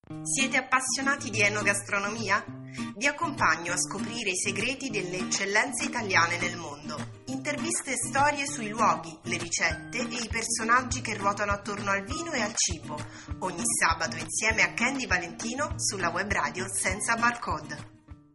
Siete appassionati di enogastronomia? Vi accompagno a scoprire i segreti delle eccellenze italiane nel mondo. Interviste e storie sui luoghi, le ricette e i personaggi che ruotano attorno al vino e al cibo. Ogni sabato insieme a Candy Valentino sulla web radio senza barcode.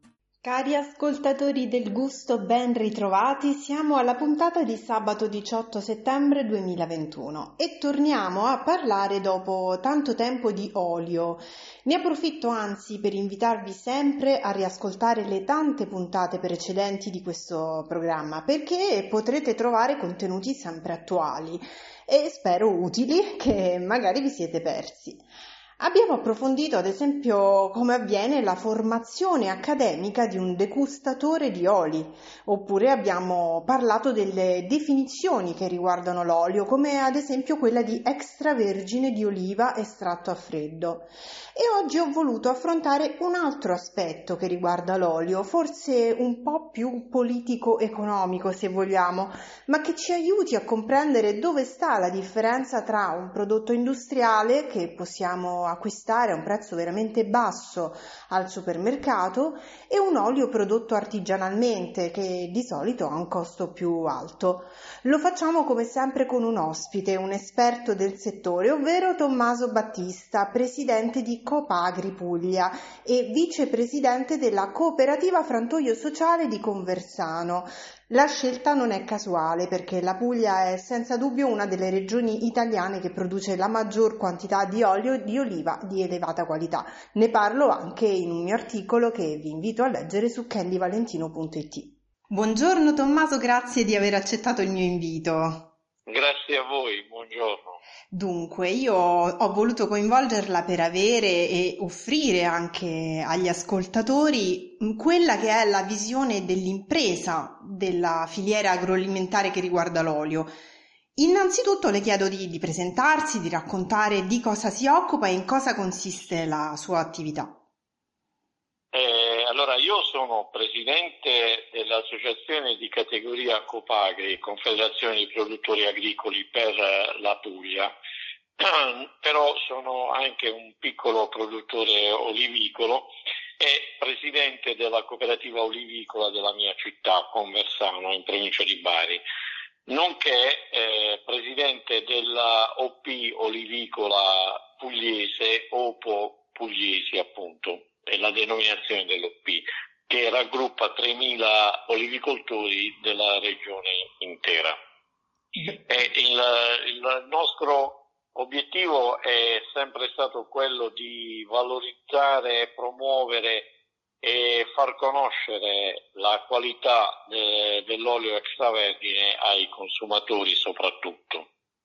Cari ascoltatori del gusto, ben ritrovati, siamo alla puntata di sabato 18 settembre 2021 e torniamo a parlare dopo tanto tempo di olio. Ne approfitto anzi per invitarvi sempre a riascoltare le tante puntate precedenti di questo programma perché potrete trovare contenuti sempre attuali e spero utili che magari vi siete persi. Abbiamo approfondito ad esempio come avviene la formazione accademica di un degustatore di oli, oppure abbiamo parlato delle definizioni che riguardano l'olio, come ad esempio quella di extravergine di oliva estratto a freddo. E oggi ho voluto affrontare un altro aspetto che riguarda l'olio, forse un po' più politico-economico se vogliamo, ma che ci aiuti a comprendere dove sta la differenza tra un prodotto industriale che possiamo acquistare a un prezzo veramente basso al supermercato e un olio prodotto artigianalmente che di solito ha un costo più alto. Lo facciamo come sempre con un ospite, un esperto del settore, ovvero Tommaso Battista, presidente di Copagri Puglia e vicepresidente della cooperativa Frantoio Sociale di Conversano. La scelta non è casuale perché la Puglia è senza dubbio una delle regioni italiane che produce la maggior quantità di olio di oliva di elevata qualità. Ne parlo anche in un mio articolo che vi invito a leggere su candyvalentino.it. Buongiorno Tommaso, grazie di aver accettato il mio invito. Grazie a voi, buongiorno. Dunque, io ho voluto coinvolgerla per avere e offrire anche agli ascoltatori quella che è la visione dell'impresa della filiera agroalimentare che riguarda l'olio. Innanzitutto le chiedo di presentarsi, di raccontare di cosa si occupa e in cosa consiste la sua attività. Allora, io sono presidente dell'associazione di categoria Copagri, Confederazione di Produttori Agricoli per la Puglia, però sono anche un piccolo produttore olivicolo e presidente della cooperativa olivicola della mia città, Conversano, in provincia di Bari, nonché presidente della OP olivicola pugliese, OPO Pugliesi appunto. È la denominazione dell'OP, che raggruppa 3.000 olivicoltori della regione intera. E il nostro obiettivo è sempre stato quello di valorizzare, promuovere e far conoscere la qualità dell'olio extravergine ai consumatori soprattutto.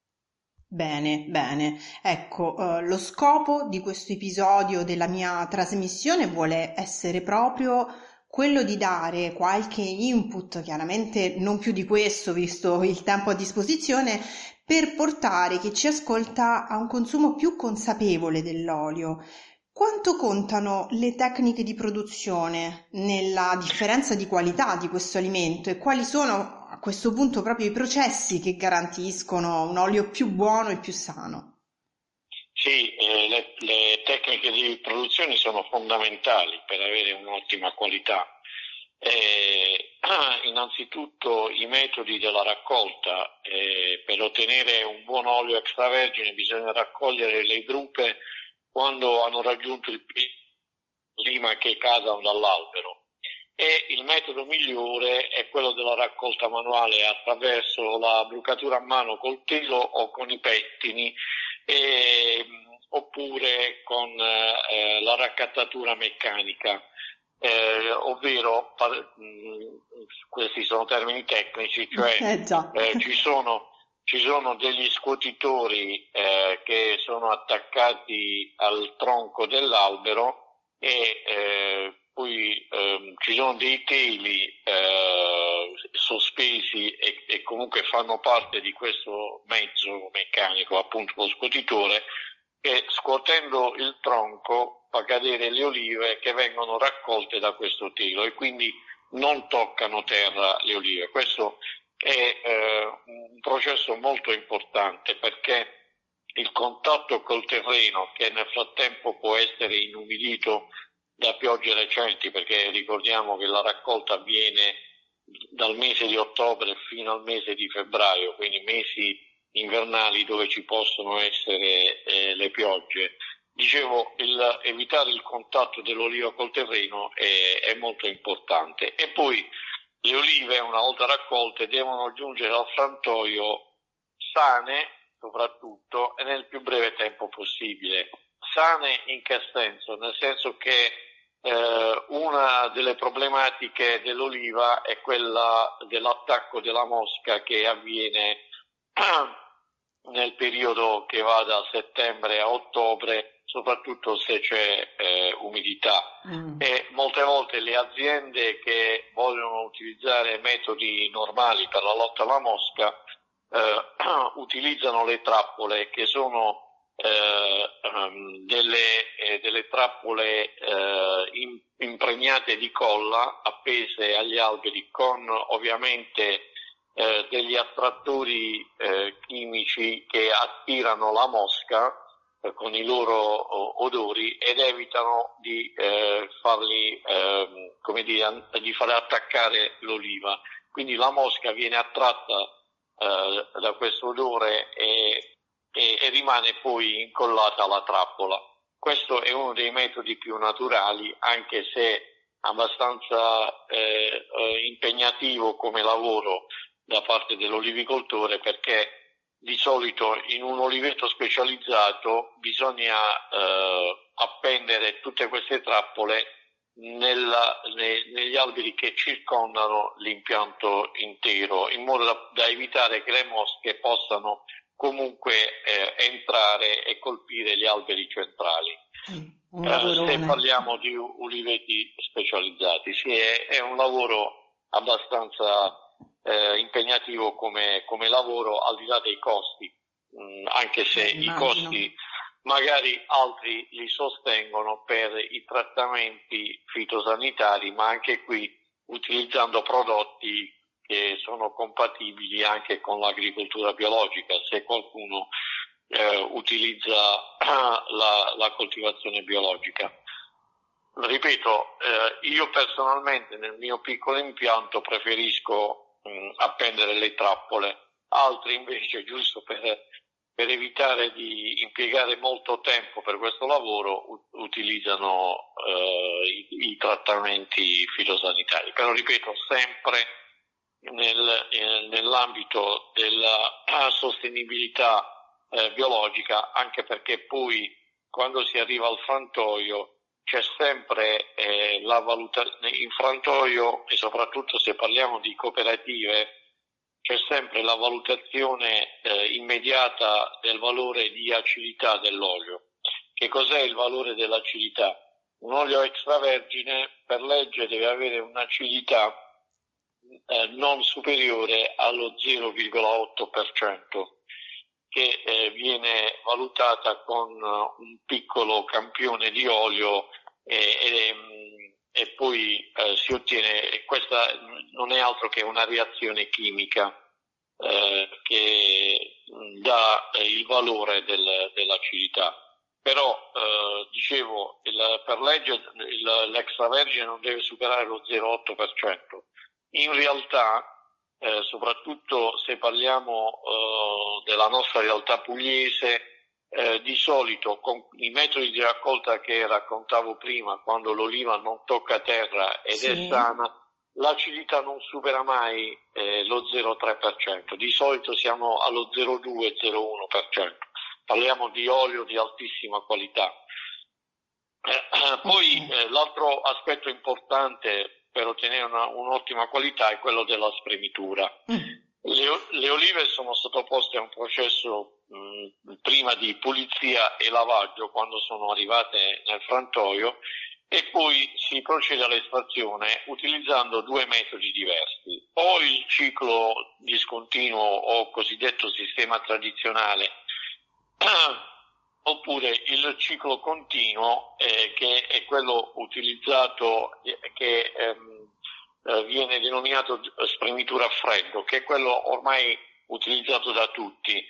Bene, bene. Ecco, lo scopo di questo episodio della mia trasmissione vuole essere proprio quello di dare qualche input, chiaramente non più di questo, visto il tempo a disposizione, per portare chi ci ascolta a un consumo più consapevole dell'olio. Quanto contano le tecniche di produzione nella differenza di qualità di questo alimento e quali sono a questo punto proprio i processi che garantiscono un olio più buono e più sano? Sì, le tecniche di produzione sono fondamentali per avere un'ottima qualità. Innanzitutto i metodi della raccolta. Per ottenere un buon olio extravergine bisogna raccogliere le drupe quando hanno raggiunto il picco prima che cadano dall'albero. E il metodo migliore è quello della raccolta manuale attraverso la brucatura a mano col telo o con i pettini, oppure con la raccattatura meccanica, ovvero questi sono termini tecnici, cioè ci sono degli scuotitori che sono attaccati al tronco dell'albero e poi ci sono dei teli sospesi e comunque fanno parte di questo mezzo meccanico, appunto lo scuotitore, che scuotendo il tronco fa cadere le olive che vengono raccolte da questo telo e quindi non toccano terra le olive. Questo è un processo molto importante perché il contatto col terreno, che nel frattempo può essere inumidito da piogge recenti, perché ricordiamo che la raccolta avviene dal mese di ottobre fino al mese di febbraio, quindi mesi invernali dove ci possono essere le piogge. Dicevo, evitare il contatto dell'oliva col terreno è molto importante. E poi le olive, una volta raccolte, devono giungere al frantoio sane, soprattutto, e nel più breve tempo possibile. Sane in che senso? Nel senso che una delle problematiche dell'oliva è quella dell'attacco della mosca, che avviene nel periodo che va da settembre a ottobre, soprattutto se c'è umidità. E molte volte le aziende che vogliono utilizzare metodi normali per la lotta alla mosca utilizzano le trappole, che sono delle trappole impregnate di colla appese agli alberi, con ovviamente degli attrattori chimici che attirano la mosca con i loro odori ed evitano di farli, di far attaccare l'oliva. Quindi la mosca viene attratta da questo odore e rimane poi incollata alla trappola. Questo è uno dei metodi più naturali, anche se abbastanza impegnativo come lavoro da parte dell'olivicoltore, perché di solito in un oliveto specializzato bisogna appendere tutte queste trappole negli alberi che circondano l'impianto intero, in modo da evitare che le mosche possano comunque entrare e colpire gli alberi centrali. Se parliamo di uliveti specializzati, sì, è un lavoro abbastanza impegnativo come lavoro, al di là dei costi, anche se i costi magari altri li sostengono per i trattamenti fitosanitari, ma anche qui utilizzando prodotti che sono compatibili anche con l'agricoltura biologica, se qualcuno utilizza la coltivazione biologica. Ripeto, io personalmente nel mio piccolo impianto preferisco appendere le trappole, altri invece, giusto per evitare di impiegare molto tempo per questo lavoro, utilizzano i trattamenti fitosanitari. Però ripeto, sempre nell'ambito della sostenibilità biologica, anche perché poi quando si arriva al frantoio c'è sempre la valutazione in frantoio, e soprattutto se parliamo di cooperative, c'è sempre la valutazione immediata del valore di acidità dell'olio. Che cos'è il valore dell'acidità? Un olio extravergine per legge deve avere un'acidità non superiore allo 0,8%, che viene valutata con un piccolo campione di olio e poi si ottiene, e questa non è altro che una reazione chimica che dà il valore dell'acidità. Però dicevo, per legge l'extravergine non deve superare lo 0,8%. In realtà, soprattutto se parliamo della nostra realtà pugliese, di solito con i metodi di raccolta che raccontavo prima, quando l'oliva non tocca terra ed è sana, l'acidità non supera mai lo 0,3%, di solito siamo allo 0,2-0,1%, parliamo di olio di altissima qualità. Poi l'altro aspetto importante per ottenere un'ottima qualità è quello della spremitura. Le olive sono sottoposte a un processo prima di pulizia e lavaggio quando sono arrivate nel frantoio, e poi si procede all'estrazione utilizzando due metodi diversi: o il ciclo discontinuo o cosiddetto sistema tradizionale, oppure il ciclo continuo, che è quello utilizzato, che viene denominato spremitura a freddo, che è quello ormai utilizzato da tutti.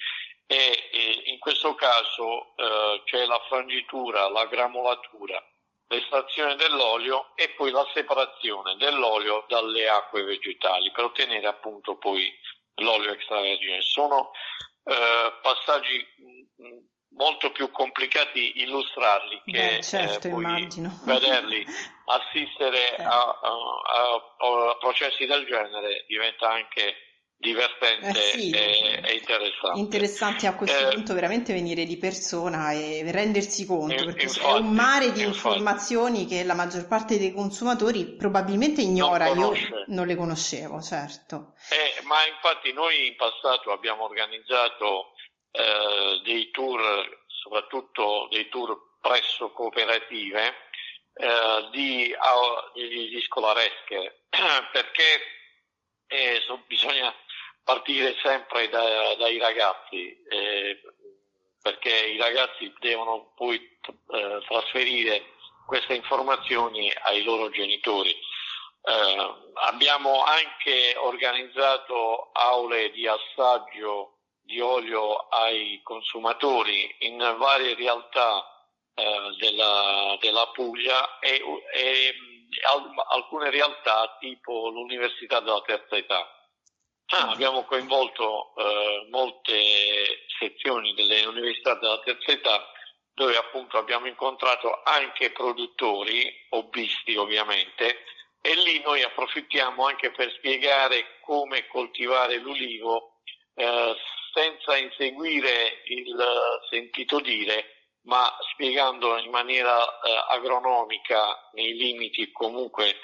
in questo caso c'è la frangitura, la gramolatura, l'estrazione dell'olio e poi la separazione dell'olio dalle acque vegetali per ottenere appunto poi l'olio extravergine. Sono passaggi molto più complicati illustrarli che certo, poi immagino. vederli, assistere a processi del genere diventa anche divertente Sì, e interessante. Interessante a questo punto veramente venire di persona e rendersi conto, perché infatti, è un mare di infatti, informazioni che la maggior parte dei consumatori probabilmente ignora, io non le conoscevo, certo. Ma infatti noi in passato abbiamo organizzato dei tour, soprattutto dei tour presso cooperative di scolaresche, perché bisogna partire sempre dai ragazzi, perché i ragazzi devono poi trasferire queste informazioni ai loro genitori. Abbiamo anche organizzato aule di assaggio di olio ai consumatori in varie realtà della Puglia e alcune realtà tipo l'Università della Terza Età. Abbiamo coinvolto molte sezioni delle università della terza età, dove appunto abbiamo incontrato anche produttori, hobbisti ovviamente, e lì noi approfittiamo anche per spiegare come coltivare l'ulivo senza inseguire il sentito dire, ma spiegando in maniera agronomica, nei limiti comunque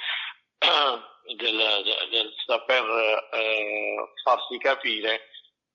del saper farsi capire,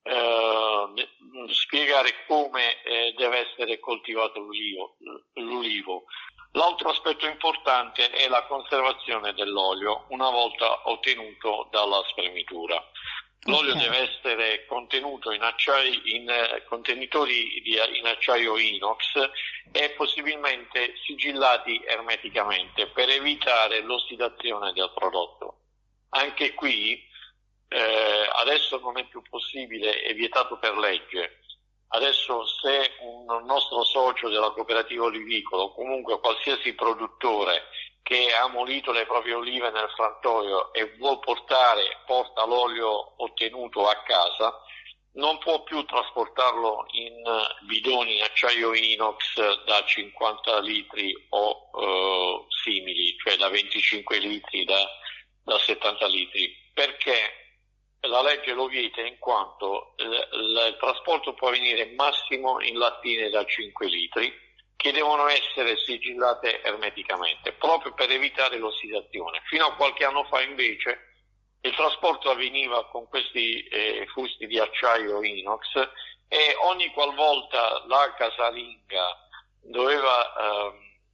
spiegare come deve essere coltivato l'ulivo. L'altro aspetto importante è la conservazione dell'olio una volta ottenuto dalla spremitura. L'olio deve essere contenuto in contenitori in acciaio inox e possibilmente sigillati ermeticamente per evitare l'ossidazione del prodotto. Anche qui adesso non è più possibile, è vietato per legge. Adesso se un nostro socio della cooperativa olivicolo o comunque qualsiasi produttore che ha molito le proprie olive nel frantoio e porta l'olio ottenuto a casa, non può più trasportarlo in bidoni in acciaio inox da 50 litri o simili, cioè da 25 litri, da 70 litri, perché la legge lo vieta in quanto il trasporto può avvenire massimo in lattine da 5 litri, che devono essere sigillate ermeticamente, proprio per evitare l'ossidazione. Fino a qualche anno fa invece il trasporto avveniva con questi fusti di acciaio inox e ogni qualvolta la casalinga doveva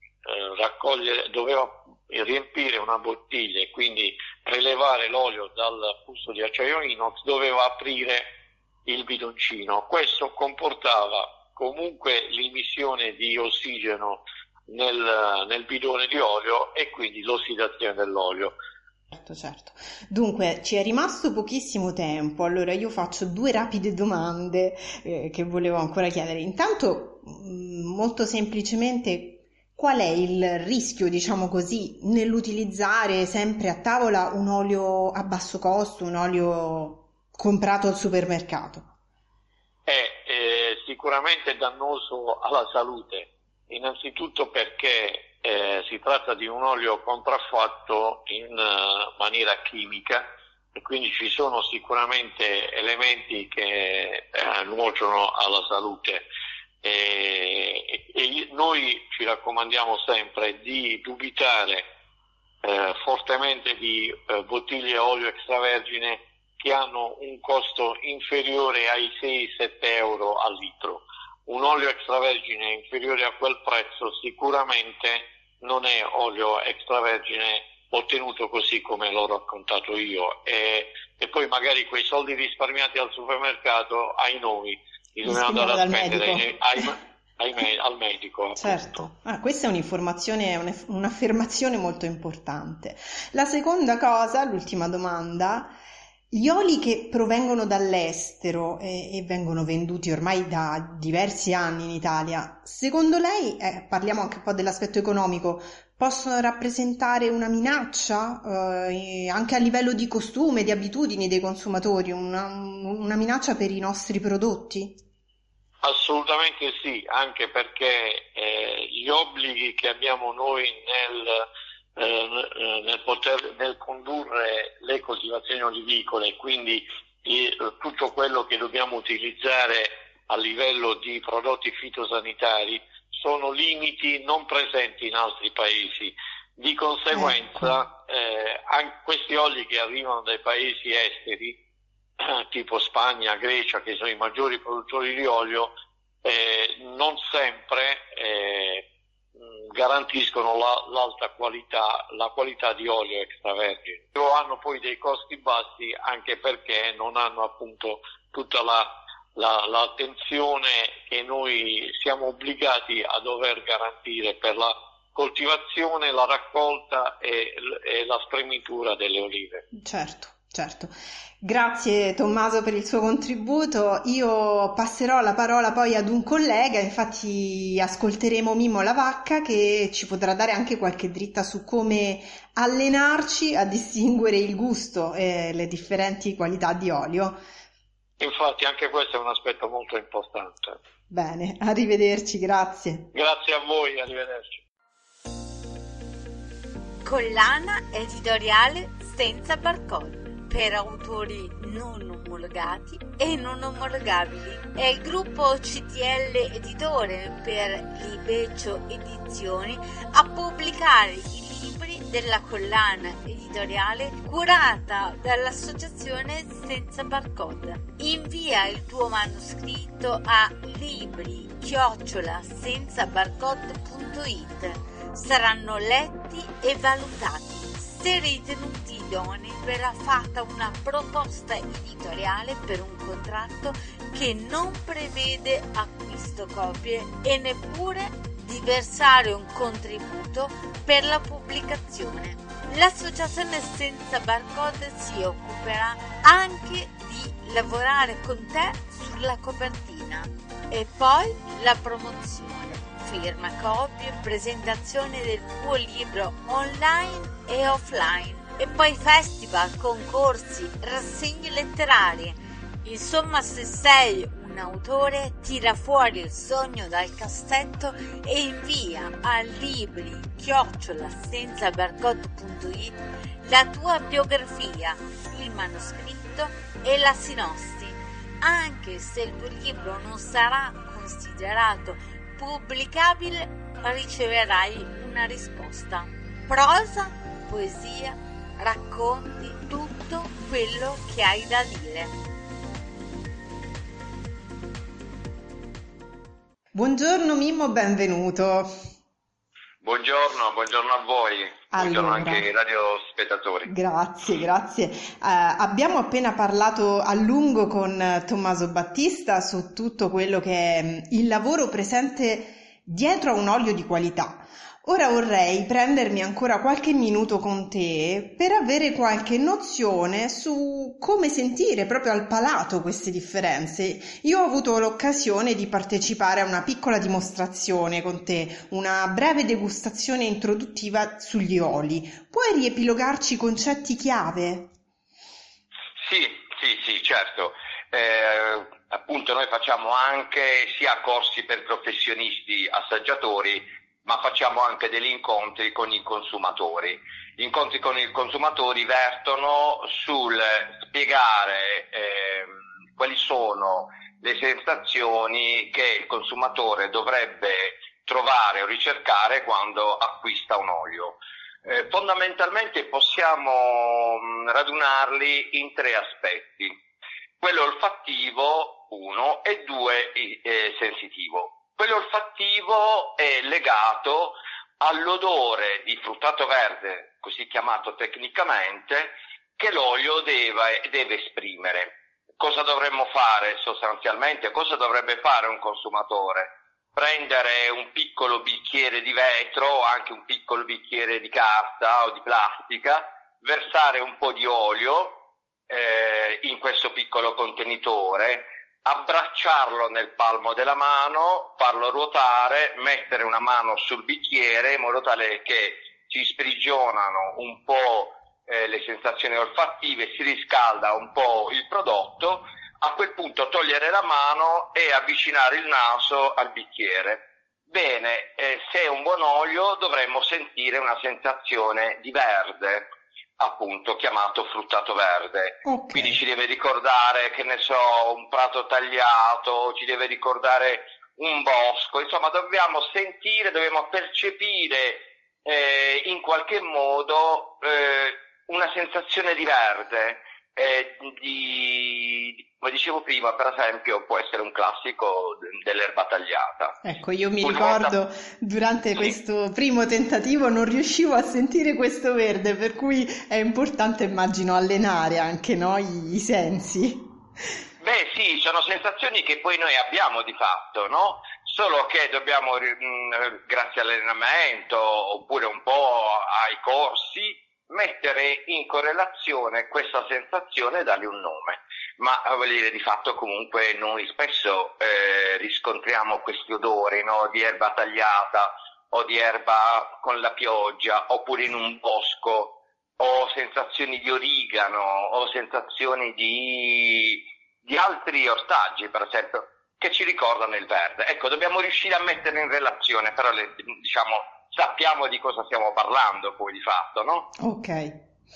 riempire una bottiglia e quindi prelevare l'olio dal fusto di acciaio inox, doveva aprire il bidoncino. Questo comportava comunque l'emissione di ossigeno nel bidone di olio e quindi l'ossidazione dell'olio. Certo. Dunque, ci è rimasto pochissimo tempo, allora io faccio due rapide domande che volevo ancora chiedere. Intanto, molto semplicemente, qual è il rischio, diciamo così, nell'utilizzare sempre a tavola un olio a basso costo, un olio comprato al supermercato? È sicuramente dannoso alla salute, innanzitutto perché si tratta di un olio contraffatto in maniera chimica e quindi ci sono sicuramente elementi che nuociono alla salute. E noi ci raccomandiamo sempre di dubitare fortemente di bottiglie olio extravergine che hanno un costo inferiore ai 6-7 euro al litro. Un olio extravergine inferiore a quel prezzo sicuramente non è olio extravergine ottenuto così come l'ho raccontato io, e poi magari quei soldi risparmiati al supermercato, ai noi, bisogna andare a spendere al medico. Certo, questa è un'informazione, un'affermazione molto importante. La seconda cosa, l'ultima domanda, Gli oli che provengono dall'estero e vengono venduti ormai da diversi anni in Italia, secondo lei, parliamo anche un po' dell'aspetto economico, possono rappresentare una minaccia, anche a livello di costume, di abitudini dei consumatori, una minaccia per i nostri prodotti? Assolutamente sì, anche perché gli obblighi che abbiamo noi nel condurre le coltivazioni olivicole, quindi tutto quello che dobbiamo utilizzare a livello di prodotti fitosanitari, sono limiti non presenti in altri paesi. Di conseguenza, anche questi oli che arrivano dai paesi esteri, tipo Spagna, Grecia, che sono i maggiori produttori di olio, non sempre garantiscono l'alta qualità, la qualità di olio extravergine. Hanno poi dei costi bassi anche perché non hanno appunto tutta l'attenzione che noi siamo obbligati a dover garantire per la coltivazione, la raccolta e la spremitura delle olive. Certo. Certo, grazie Tommaso per il suo contributo. Io passerò la parola poi ad un collega, infatti ascolteremo Mimmo La Vacca che ci potrà dare anche qualche dritta su come allenarci a distinguere il gusto e le differenti qualità di olio. Infatti anche questo è un aspetto molto importante. Bene, arrivederci, grazie. Grazie a voi, arrivederci. Collana editoriale senza barcode per autori non omologati e non omologabili. È il gruppo CTL Editore per Libeccio Edizioni a pubblicare i libri della collana editoriale curata dall'associazione Senza Barcode. Invia il tuo manoscritto a libri@senzabarcode.it. Saranno letti e valutati. Se ritenuti idonei verrà fatta una proposta editoriale per un contratto che non prevede acquisto copie e neppure di versare un contributo per la pubblicazione. L'associazione Senza Barcode si occuperà anche di lavorare con te sulla copertina e poi la promozione. Firma copie, presentazione del tuo libro online e offline e poi festival, concorsi, rassegne letterarie. Insomma, se sei un autore, tira fuori il sogno dal cassetto e invia a libri@senzabarcode.it la tua biografia, il manoscritto e la sinossi. Anche se il tuo libro non sarà considerato pubblicabile, riceverai una risposta. Prosa, poesia, racconti, tutto quello che hai da dire. Buongiorno Mimmo, benvenuto. Buongiorno a voi, buongiorno anche ai radiospettatori. Grazie. Abbiamo appena parlato a lungo con Tommaso Battista su tutto quello che è il lavoro presente dietro a un olio di qualità. Ora vorrei prendermi ancora qualche minuto con te per avere qualche nozione su come sentire proprio al palato queste differenze. Io ho avuto l'occasione di partecipare a una piccola dimostrazione con te, una breve degustazione introduttiva sugli oli. Puoi riepilogarci i concetti chiave? Sì, certo. Appunto noi facciamo anche sia corsi per professionisti assaggiatori, ma facciamo anche degli incontri con i consumatori. Gli incontri con i consumatori vertono sul spiegare quali sono le sensazioni che il consumatore dovrebbe trovare o ricercare quando acquista un olio. Fondamentalmente possiamo radunarli in tre aspetti: quello olfattivo, 1, e 2 sensitivo. Quello olfattivo è legato all'odore di fruttato verde, così chiamato tecnicamente, che l'olio deve esprimere. Cosa dovremmo fare sostanzialmente? Cosa dovrebbe fare un consumatore? Prendere un piccolo bicchiere di vetro o anche un piccolo bicchiere di carta o di plastica, versare un po' di olio, in questo piccolo contenitore, abbracciarlo nel palmo della mano, farlo ruotare, mettere una mano sul bicchiere in modo tale che si sprigionano un po' le sensazioni olfattive, si riscalda un po' il prodotto. A quel punto togliere la mano e avvicinare il naso al bicchiere. Bene, se è un buon olio dovremmo sentire una sensazione di verde, appunto chiamato fruttato verde. Okay. Quindi ci deve ricordare, che ne so, un prato tagliato, ci deve ricordare un bosco, insomma dobbiamo sentire, dobbiamo percepire in qualche modo una sensazione di verde. Come dicevo prima, per esempio, può essere un classico dell'erba tagliata. Ecco, io mi ricordo durante questo primo tentativo non riuscivo a sentire questo verde, per cui è importante, immagino, allenare anche, no, i sensi. Beh sì, sono sensazioni che poi noi abbiamo di fatto, no? Solo che dobbiamo, grazie all'allenamento oppure un po' ai corsi, mettere in correlazione questa sensazione e dargli un nome. Ma voglio dire, di fatto comunque noi spesso riscontriamo questi odori, no? Di erba tagliata o di erba con la pioggia, oppure in un bosco, o sensazioni di origano o sensazioni di altri ortaggi, per esempio, che ci ricordano il verde. Ecco, dobbiamo riuscire a mettere in relazione, però diciamo sappiamo di cosa stiamo parlando poi di fatto, no? Ok.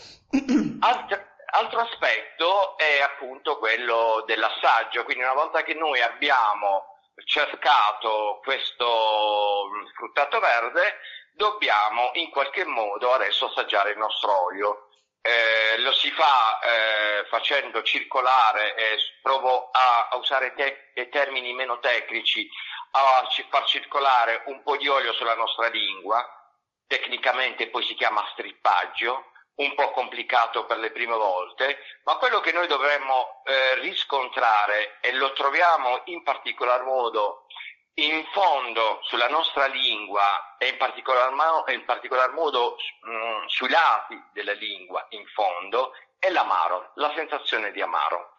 Altro aspetto è appunto quello dell'assaggio, quindi una volta che noi abbiamo cercato questo fruttato verde, dobbiamo in qualche modo adesso assaggiare il nostro olio. Lo si fa facendo circolare, provo a usare termini meno tecnici, a far circolare un po' di olio sulla nostra lingua, tecnicamente poi si chiama strippaggio, un po' complicato per le prime volte, ma quello che noi dovremmo riscontrare, e lo troviamo in particolar modo in fondo sulla nostra lingua e in particolar modo sui lati della lingua in fondo, è l'amaro, la sensazione di amaro.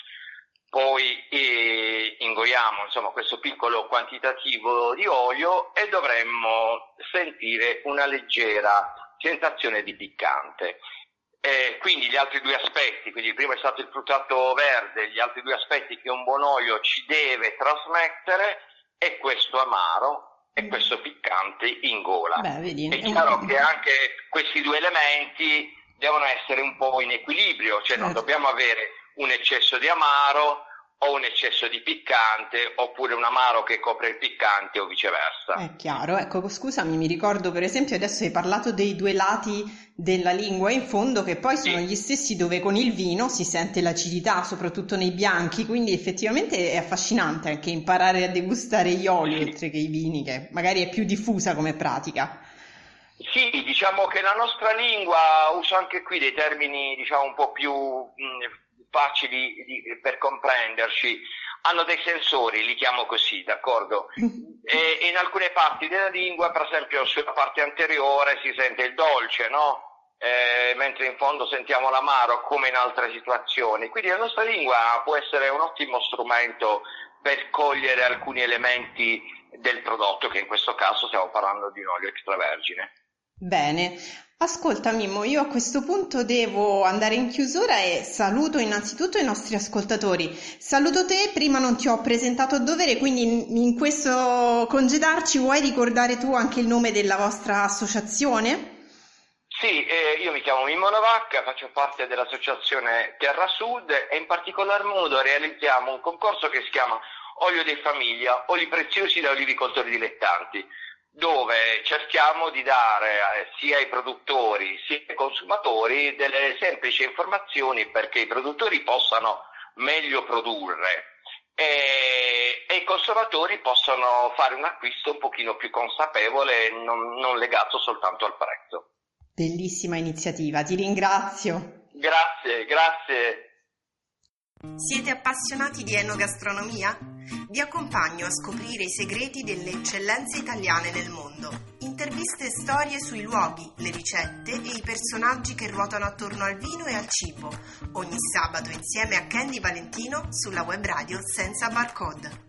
Poi ingoiamo insomma questo piccolo quantitativo di olio e dovremmo sentire una leggera sensazione di piccante. Quindi gli altri due aspetti, quindi il primo è stato il fruttato verde, gli altri due aspetti che un buon olio ci deve trasmettere è questo amaro e questo piccante in gola. Beh, vedi, è chiaro che anche questi due elementi devono essere un po' in equilibrio, cioè non dobbiamo avere un eccesso di amaro o un eccesso di piccante, oppure un amaro che copre il piccante o viceversa. È chiaro, ecco, scusami, mi ricordo per esempio adesso hai parlato dei due lati della lingua in fondo che poi sono gli stessi dove con il vino si sente l'acidità, soprattutto nei bianchi, quindi effettivamente è affascinante anche imparare a degustare gli oli oltre che i vini, che magari è più diffusa come pratica. Sì, diciamo che la nostra lingua usa anche qui dei termini diciamo un po' più facili per comprenderci, hanno dei sensori, li chiamo così, d'accordo? E in alcune parti della lingua, per esempio sulla parte anteriore si sente il dolce, no? Mentre in fondo sentiamo l'amaro, come in altre situazioni. Quindi la nostra lingua può essere un ottimo strumento per cogliere alcuni elementi del prodotto, che in questo caso stiamo parlando di un olio extravergine. Bene, ascolta Mimmo, io a questo punto devo andare in chiusura e saluto innanzitutto i nostri ascoltatori. Saluto te, prima non ti ho presentato a dovere, quindi in questo congedarci vuoi ricordare tu anche il nome della vostra associazione? Sì, io mi chiamo Mimmo Novacca, faccio parte dell'associazione Terra Sud e in particolar modo realizziamo un concorso che si chiama Olio di Famiglia, oli preziosi da olivicoltori dilettanti, dove cerchiamo di dare sia ai produttori sia ai consumatori delle semplici informazioni perché i produttori possano meglio produrre e i consumatori possano fare un acquisto un pochino più consapevole, non legato soltanto al prezzo. Bellissima iniziativa, ti ringrazio. Grazie. Siete appassionati di enogastronomia? Vi accompagno a scoprire i segreti delle eccellenze italiane nel mondo. Interviste e storie sui luoghi, le ricette e i personaggi che ruotano attorno al vino e al cibo. Ogni sabato insieme a Candy Valentino sulla web radio Senza Barcode.